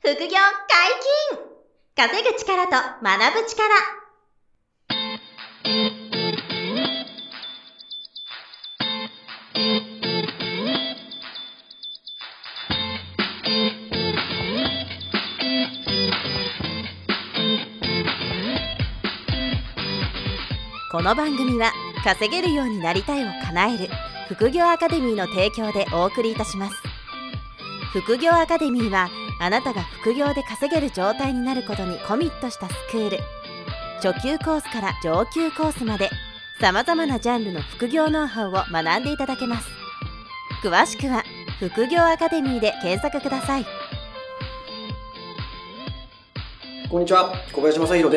副業解禁！稼ぐ力と学ぶ力。この番組は稼げるようになりたいを叶える副業アカデミーの提供でお送りいたします。副業アカデミーはあなたが副業で稼げる状態になることにコミットしたスクール。初級コースから上級コースまで様々なジャンルの副業ノウハウを学んでいただけます。詳しくは副業アカデミーで検索ください。 こんにちは、小林正弘です。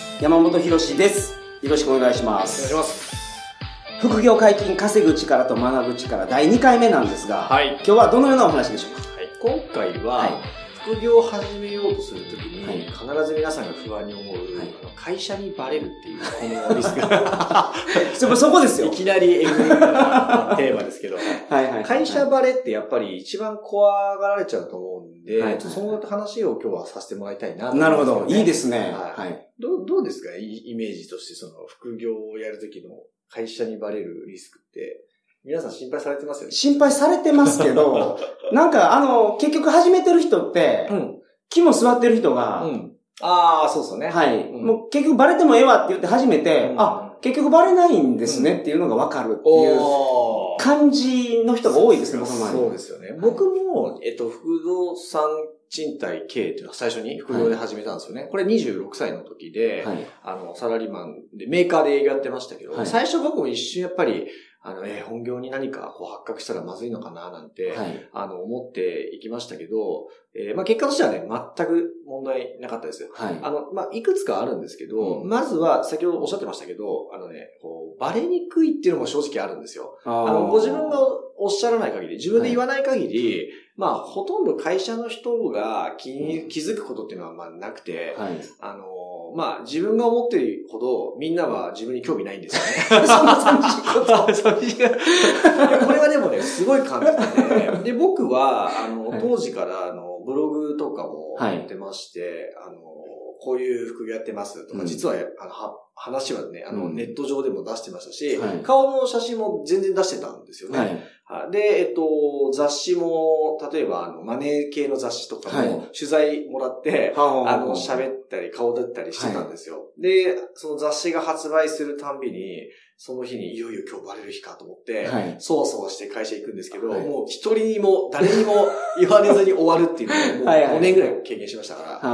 山本博史です。よろしくお願いします。 お願いします。 副業解禁、稼ぐ力と学ぶ力第2回目なんですが、 はい、 今日はどのようなお話でしょうか。 はい、今回は、副業を始めようとするときに、必ず皆さんが不安に思う、会社にバレるっていうこのリスクがそこですよ。 いきなり MV なテーマですけど、会社バレってやっぱり一番怖がられちゃうと思うんで、その話を今日はさせてもらいたいなと思います、ね。なるほど、 いいですね。 はい。どうですか、イメージとしてその副業をやるときの会社にバレるリスクって。皆さん心配されてますよね。 心配されてますけど、なんか結局始めてる人って、肝座ってる人が、 ああ、そうですよね。 はい。もう結局バレてもええわって言って始めて、結局バレないんですねっていうのがわかるっていう感じの人が多いですね、僕の周り。 そうですよね。僕も、不動産賃貸経営っていうのは最初に副業で始めたんですよね。これ26歳の時で、サラリーマンでメーカーで営業やってましたけど、最初僕も一瞬やっぱり、本業に何か発覚したらまずいのかななんて、思っていきましたけど、結果としてはね、全く問題なかったですよ。いくつかあるんですけど、まずは先ほどおっしゃってましたけど、バレにくいっていうのも正直あるんですよ。ご自分がおっしゃらない限り、自分で言わない限り、ほとんど会社の人が気づくことっていうのはなくて、自分が思っているほどみんなは自分に興味ないんですよね。そんな寂しいこと。寂しい。これはでもね、すごい感じてね。で、僕は、当時からブログとかもやってまして、こういう副業やってますとか、実は、話はね、ネット上でも出してましたし、顔の写真も全然出してたんですよね。で、雑誌も、例えば、マネー系の雑誌とかも、取材もらって、喋ったり、顔だったりしてたんですよ。で、その雑誌が発売するたんびに、その日にいよいよ今日バレる日かと思って、そわそわして会社行くんですけど、もう一人にも、誰にも言われずに終わるっていうのを、もう5年ぐらい経験しましたから。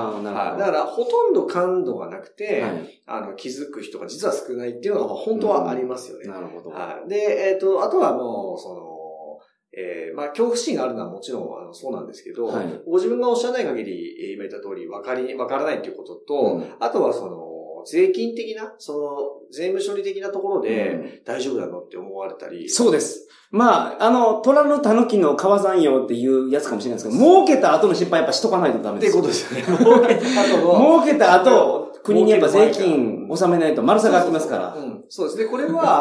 だから、ほとんど感度がなくて、気づく人が実は少ないっていうのが本当はありますよね。 なるほど。 で、あとはもう、恐怖心があるのはもちろんそうなんですけど、ご自分がおっしゃらない限り、今言った通りわからないということと、あとは税金的な、税務処理的なところで大丈夫なのって思われたり。 そうです。虎の狸の川山用っていうやつかもしれないですけど、儲けた後の失敗やっぱしとかないとダメです。 ってことですよね。儲けた後、国にやっぱ税金納めないと丸差が開きますから。 そうですね。これは、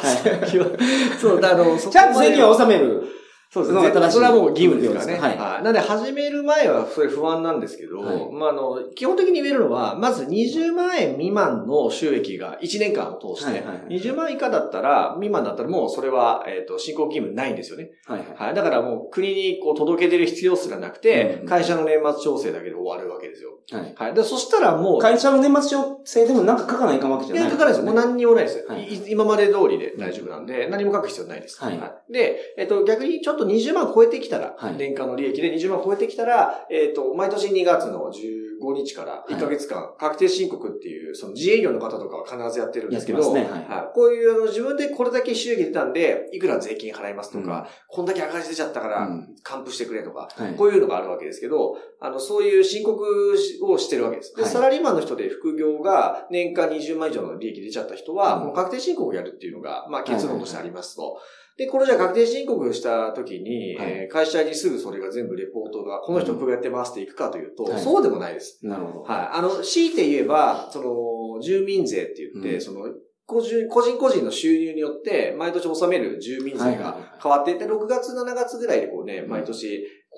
ちゃんと税金は納める。 そうですね。それはもう義務ですからね。なんで始める前はそれ不安なんですけど、基本的に言えるのは、まず20万円未満の収益が1年間を通して、20万以下だったら、未満だったらもうそれは、申告義務ないんですよね。だからもう国に届け出る必要すらなくて、会社の年末調整だけで終わるわけですよ。で、そしたらもう。 会社の年末調整でもなんか書かないかんわけじゃないですか。書かないですよ。もう何にもないですよ。今まで通りで大丈夫なんで、何も書く必要ないです。で、逆にちょっと20万超えてきたら、年間の利益で20万超えてきたら、毎年2月の15日から1ヶ月間、確定申告っていう、その自営業の方とかは必ずやってるんですけど、こういう自分でこれだけ収益出たんで、いくら税金払いますとか、こんだけ赤字出ちゃったから、還付してくれとか、こういうのがあるわけですけど、そういう申告をしてるわけです。で、サラリーマンの人で副業が年間20万以上の利益出ちゃった人は、もう確定申告をやるっていうのが、結論としてありますと。で、これじゃあ確定申告した時に、会社にすぐそれが全部レポートが、この人副業やってますっていくかというと、そうでもないです。 なるほど。 強いて言えば、住民税って言って、個人の収入によって、毎年納める住民税が変わっていて、6月、7月ぐらいで毎年、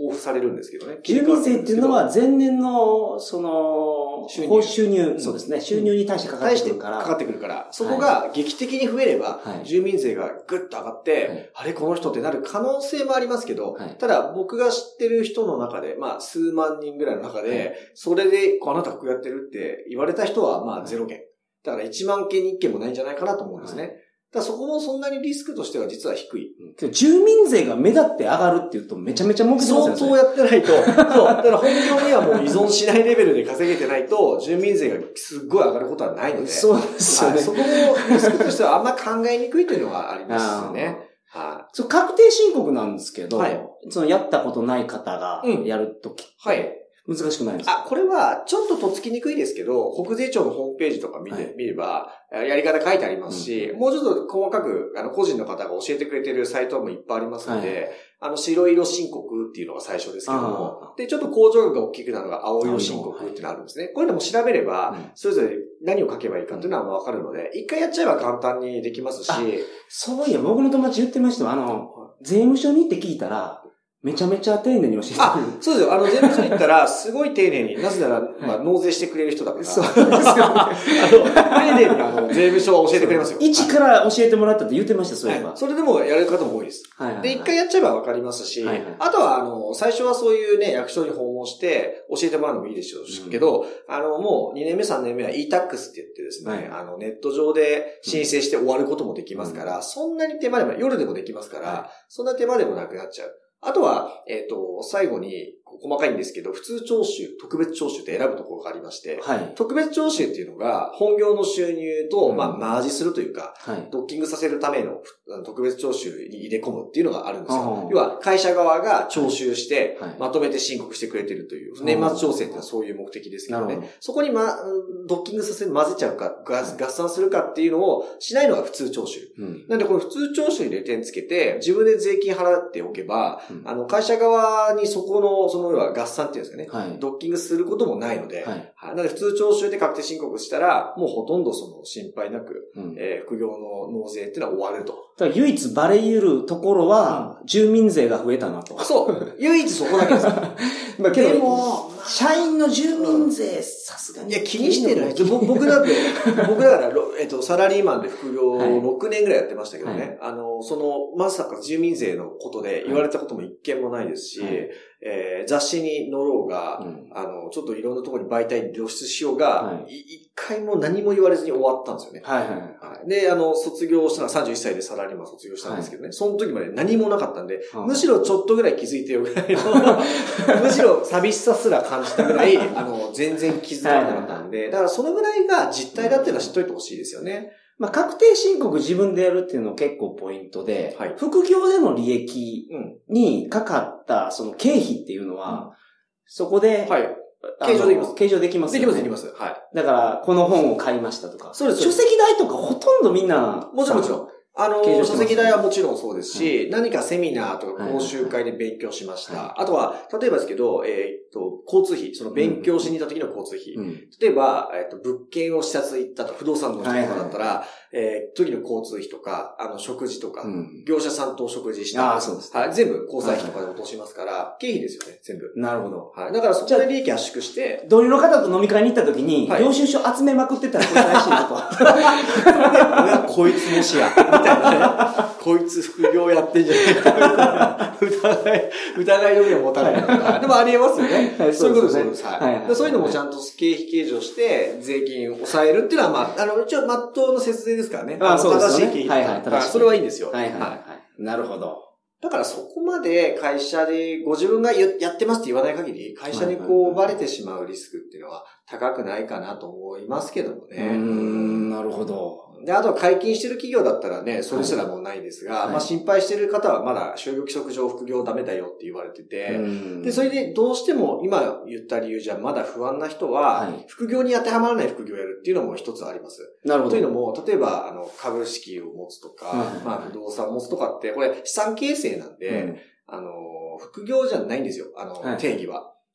交付されるんですけどね。 住民税っていうのは前年の、収入。そうですね。収入に対してかかってくるから。 かかってくるから。そこが劇的に増えれば、住民税がぐっと上がって、あれこの人ってなる可能性もありますけど、ただ僕が知ってる人の中で、まあ数万人ぐらいの中で、それで、あなた副業やってるって言われた人は、まあ0件。だから1万件に1件もないんじゃないかなと思うんですね。だからそこもそんなにリスクとしては実は低い。 住民税が目立って上がるって言うとめちゃめちゃ儲けてますよね。 相当やってないと、そう。だから本業にはもう依存しないレベルで稼げてないと、住民税がすっごい上がることはないので。 そうですよね。 そこもリスクとしてはあんま考えにくいというのがありますよね。 そう、確定申告なんですけど、やったことない方がやるとき、難しくないですか？ これは、ちょっととっつきにくいですけど、国税庁のホームページとか見れば、やり方書いてありますし、もうちょっと細かく、個人の方が教えてくれてるサイトもいっぱいありますので、白色申告っていうのが最初ですけども、で、ちょっと控除額が大きくなるのが青色申告っていうのがあるんですね。こういうのも調べれば、それぞれ何を書けばいいかっていうのはわかるので、一回やっちゃえば簡単にできますし。 そういや、僕の友達言ってましたよ。税務署に行って聞いたら、めちゃめちゃ丁寧に教えてくれる。 そうですよ。税務署に行ったら、すごい丁寧に、なぜなら、納税してくれる人だから。 そうですよね。 丁寧に税務署は教えてくれますよ。 一から教えてもらったって言ってました、そういえば。 それでもやる方も多いです。で、一回やっちゃえばわかりますし、あとは、最初はそういうね、役所に訪問して、教えてもらうのもいいでしょうけど、もう2年目、3年目は e-tax って言ってですね、ネット上で申請して終わることもできますから、そんなに手間でも、夜でもできますから、そんな手間でもなくなっちゃう。あとは、最後に、細かいんですけど、普通徴収、特別徴収って選ぶところがありまして、特別徴収っていうのが、本業の収入と、マージするというか、ドッキングさせるための特別徴収に入れ込むっていうのがあるんですよ。要は、会社側が徴収して、まとめて申告してくれてるという、年末調整っていうのはそういう目的ですけどね。そこにドッキングさせる、混ぜちゃうか、合算するかっていうのをしないのが普通徴収。なんで、この普通徴収に0点つけて、自分で税金払っておけば、会社側にそこの、要は合算っていうんですかね。ドッキングすることもないので、なので普通徴収で確定申告したら、もうほとんど心配なく、副業の納税っていうのは終わると。 だから唯一バレゆるところは、住民税が増えたなと。 そう。唯一そこだけです。 でも、社員の住民税、さすがに。 いや、気にしてない。僕だから、サラリーマンで副業6年ぐらいやってましたけどね。まさか住民税のことで言われたことも一件もないですし、雑誌に載ろうが、ちょっといろんなところに媒体に露出しようが、一回も何も言われずに終わったんですよね。で、卒業したのは31歳でサラリーマン卒業したんですけどね、その時まで何もなかったんで、むしろちょっとぐらい気づいてよぐらいの、むしろ寂しさすら感じたぐらい、全然気づかなかったんで、だからそのぐらいが実態だっていうのは知っといてほしいですよね。 確定申告自分でやるっていうの結構ポイントで、副業での利益にかかったその経費っていうのは、そこで、 計上できます。 計上できます、 ね。できます。はい。 だから、この本を買いましたとか。そうです。書籍代とかほとんどみんな。 もちろん。書籍代はもちろんそうですし、何かセミナーとか講習会で勉強しました。あとは、例えばですけど、交通費、その勉強しに行った時の交通費。例えば、物件を視察行ったと、不動産の人とかだったら、時の交通費とか、食事とか、業者さんと食事した。 そうです。 全部交際費とかで落としますから、経費ですよね、全部。 なるほど。 だからそこで利益圧縮して。 同僚の方と飲み会に行った時に、領収書集めまくってたらこれ怪しいなと。こいつもしや。みたいなね。こいつ副業やってんじゃないか。疑いの目を持たないとか。でもありえますよね。そういうことです。そういうのもちゃんと経費計上して、税金を抑えるっていうのは、一応、真っ当な節税ですからね。 そうですね。 正しい経費。それはいいんですよ。 なるほど。 だからそこまで会社でご自分がやってますって言わない限り、会社にバレてしまうリスクっていうのは高くないかなと思いますけどもね。 なるほど。 で、あとは解禁してる企業だったらね、それすらもうないですが、心配してる方はまだ就業規則上副業ダメだよって言われてて、で、それでどうしても今言った理由じゃまだ不安な人は、副業に当てはまらない副業をやるっていうのも一つあります。 なるほど。 というのも、例えば、株式を持つとか、不動産を持つとかって、これ資産形成なんで、副業じゃないんですよ、定義は。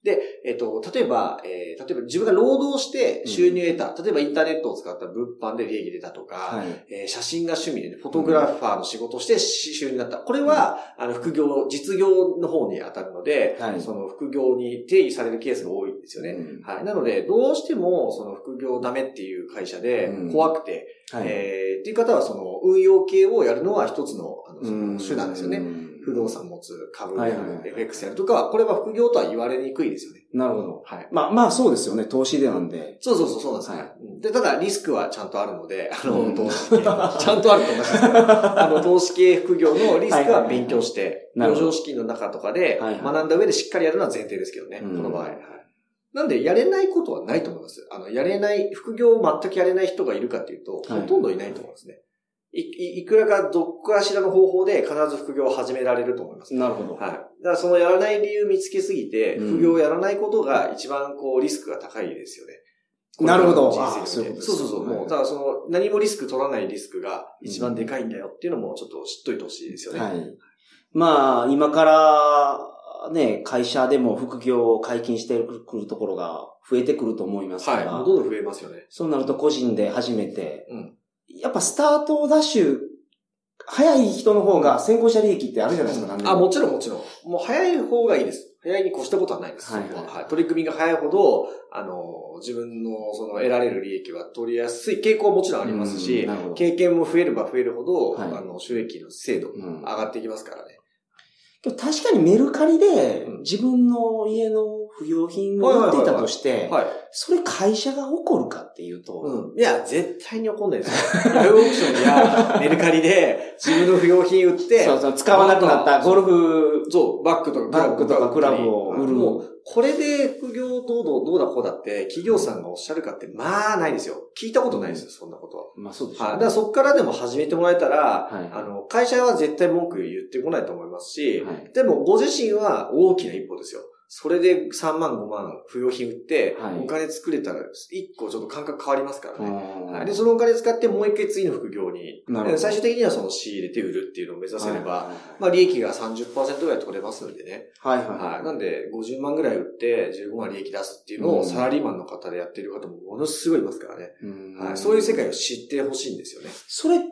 で、例えば自分が労働して収入を得た、例えばインターネットを使った物販で利益出たとか、写真が趣味で、フォトグラファーの仕事をして収入になった。これは、副業、実業の方に当たるので、その副業に定義されるケースが多いんですよね。はい。なので、どうしても、その副業ダメっていう会社で怖くて、っていう方は、その運用系をやるのは一つの、その手段ですよね。不動産持つ、株、FX やるとかは、これは副業とは言われにくいですよね。 なるほど。はい。まあそうですよね。投資でなんで。 そうなんですね。で、ただリスクはちゃんとあるので、投資系。ちゃんとあると思います。投資系副業のリスクは勉強して、余剰資金の中とかで学んだ上でしっかりやるのは前提ですけどね。この場合。なんで、やれないことはないと思います。副業を全くやれない人がいるかっていうと、ほとんどいないと思いますね。いくらかどっかしらの方法で必ず副業を始められると思います。 なるほど。 はい。だからそのやらない理由見つけすぎて、副業をやらないことが一番リスクが高いですよね。 なるほど。 そう。もう、だから何もリスク取らないリスクが一番でかいんだよっていうのもちょっと知っといてほしいですよね。はい。 まあ、今からね、会社でも副業を解禁してくるところが増えてくると思いますから。 はい。どんどん増えますよね。 そうなると個人で始めて、やっぱスタートダッシュ、早い人の方が先行者利益ってあるじゃないですか、 もちろん。もう早い方がいいです。早いに越したことはないです。はい。取り組みが早いほど、自分の得られる利益は取りやすい傾向はもちろんありますし、経験も増えれば増えるほど、収益の精度上がっていきますからね。 確かにメルカリで自分の家の不要品を売っていたとして、それ会社が怒るかっていうと、 いや、絶対に怒んないですよ。ヤフーオークションやメルカリで自分の不要品売って、 使わなくなったゴルフ、 バッグとかクラブを売る。 もう、これで副業どうだこうだって企業さんがおっしゃるかってまあないですよ。聞いたことないですよ、そんなことは。 まあそうですね。 だからそっからでも始めてもらえたら、会社は絶対文句言ってこないと思いますし、でもご自身は大きな一歩ですよ。それで3万5万不要品売って、お金作れたら1個ちょっと感覚変わりますからね。で、そのお金使ってもう一回次の副業に、最終的には仕入れて売るっていうのを目指せれば、まあ利益が 30% ぐらい取れますんでね。なんで50万ぐらい売って15万利益出すっていうのをサラリーマンの方でやってる方もものすごいいますからね。そういう世界を知ってほしいんですよね。 それって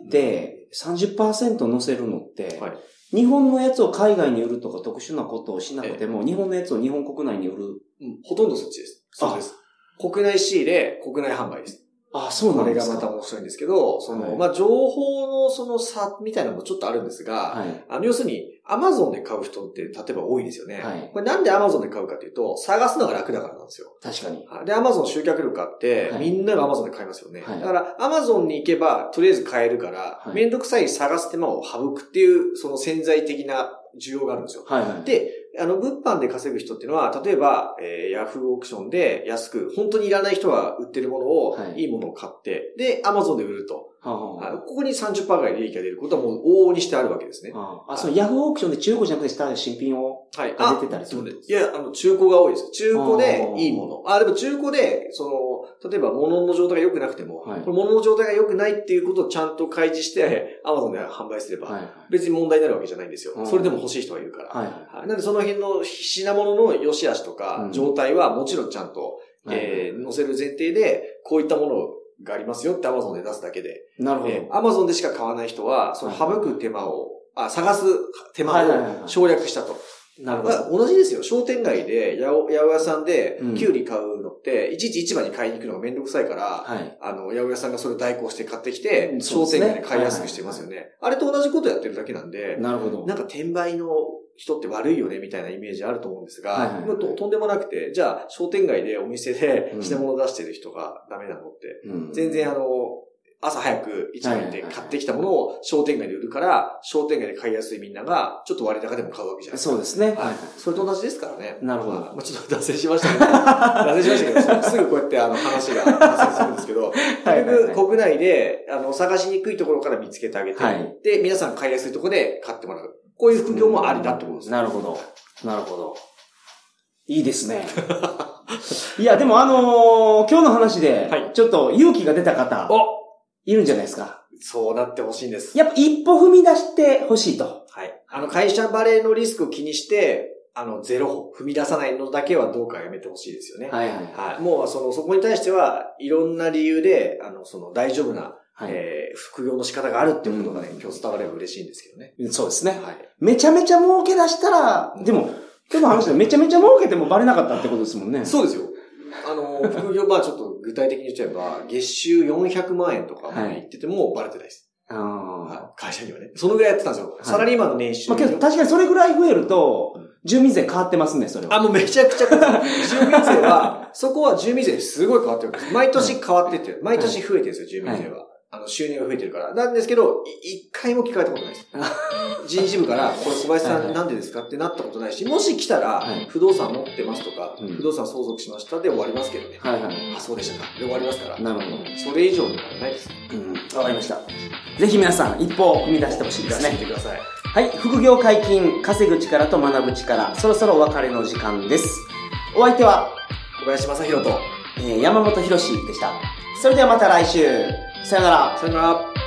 30% 乗せるのって、日本のやつを海外に売るとか特殊なことをしなくても、日本のやつを日本国内に売る。 ほとんどそっちです。そうです。国内仕入れ、国内販売です。 そうなんですか。 これがまた面白いんですけど、まあ、情報の差みたいなのもちょっとあるんですが、要するに、アマゾンで買う人って例えば多いですよね。これなんでアマゾンで買うかっていうと、探すのが楽だからなんですよ。 確かに。 で、アマゾン集客力あって、みんながアマゾンで買いますよね。だから、アマゾンに行けば、とりあえず買えるから、めんどくさい探す手間を省くっていう、潜在的な需要があるんですよ。で、物販で稼ぐ人っていうのは、例えば、ヤフーオークションで安く、本当にいらない人が売ってるものを、いいものを買って、で、アマゾンで売ると。ここに 30% ぐらい利益が出ることはもう往々にしてあるわけですね。 そのヤフーオークションで中古じゃなくて新品を出てたりするんです。 いや、中古が多いです。中古でいいもの。でも中古で、例えば物の状態が良くなくても、これ物の状態が良くないっていうことをちゃんと開示して、アマゾンで販売すれば、別に問題になるわけじゃないんですよ。それでも欲しい人がいるから。なんでその辺の品物の良し悪しとか、状態はもちろんちゃんと、載せる前提で、こういったものがありますよって Amazon で出すだけで。 なるほど。 Amazon でしか買わない人は、省く手間を、探す手間を省略したと。 なるほど。 同じですよ。商店街で、八百屋さんで、キュウリ買うのって、いちいち市場に買いに行くのがめんどくさいから、八百屋さんがそれを代行して買ってきて、商店街で買いやすくしてますよね。あれと同じことやってるだけなんで、 なるほど。 なんか転売の人って悪いよねみたいなイメージあると思うんですが、とんでもなくて、じゃあ商店街でお店で品物を出してる人がダメなのって、全然朝早く市場に行って買ってきたものを商店街で売るから、商店街で買いやすいみんなが、ちょっと割高でも買うわけじゃないですか。 そうですね。 それと同じですからね。 なるほど。 ちょっと脱線しましたけど、すぐこうやって話が発生するんですけど、結局国内で、探しにくいところから見つけてあげて、で、皆さん買いやすいところで買ってもらう。こういう副業もありだってことです。 なるほど。なるほど。いいですね。いや、でも今日の話で、ちょっと勇気が出た方、いるんじゃないですか。 そうなってほしいんです。 やっぱ一歩踏み出してほしいと。 会社バレーのリスクを気にして、 ゼロ歩、踏み出さないのだけはどうかやめてほしいですよね。 はいはい。 はい。もう、そこに対しては、いろんな理由で、大丈夫な、はい、副業の仕方があるっていうことがね、今日伝われば嬉しいんですけどね。 そうですね。はい。めちゃめちゃ儲け出したら、でも、今日の話でめちゃめちゃ儲けてもバレなかったってことですもんね。 そうですよ。副業、ちょっと具体的に言っちゃえば、月収400万円とかまで言っててもバレてないです。はい、会社にはね。そのぐらいやってたんですよ。はい、サラリーマンの年収。 けど確かにそれぐらい増えると、住民税変わってますね、それは。 もうめちゃくちゃ変わってる。住民税は、そこは住民税すごい変わってるんです。毎年変わってってる。毎年増えてるんですよ、住民税は。収入が増えてるから。なんですけど、一回も聞かれたことないです。人事部から、これ小林さんなんでですかってなったことないし、もし来たら、不動産持ってますとか、不動産相続しましたで終わりますけどね。はいはい。そうでしたか。で終わりますから。なるほど。それ以上にはないです。 わかりました。ぜひ皆さん、一歩踏み出してほしいですね。 出してみてください。 はい。副業解禁、稼ぐ力と学ぶ力、そろそろお別れの時間です。お相手は、 小林正宏と、 山本博史でした。それではまた来週。さよなら。 さよなら。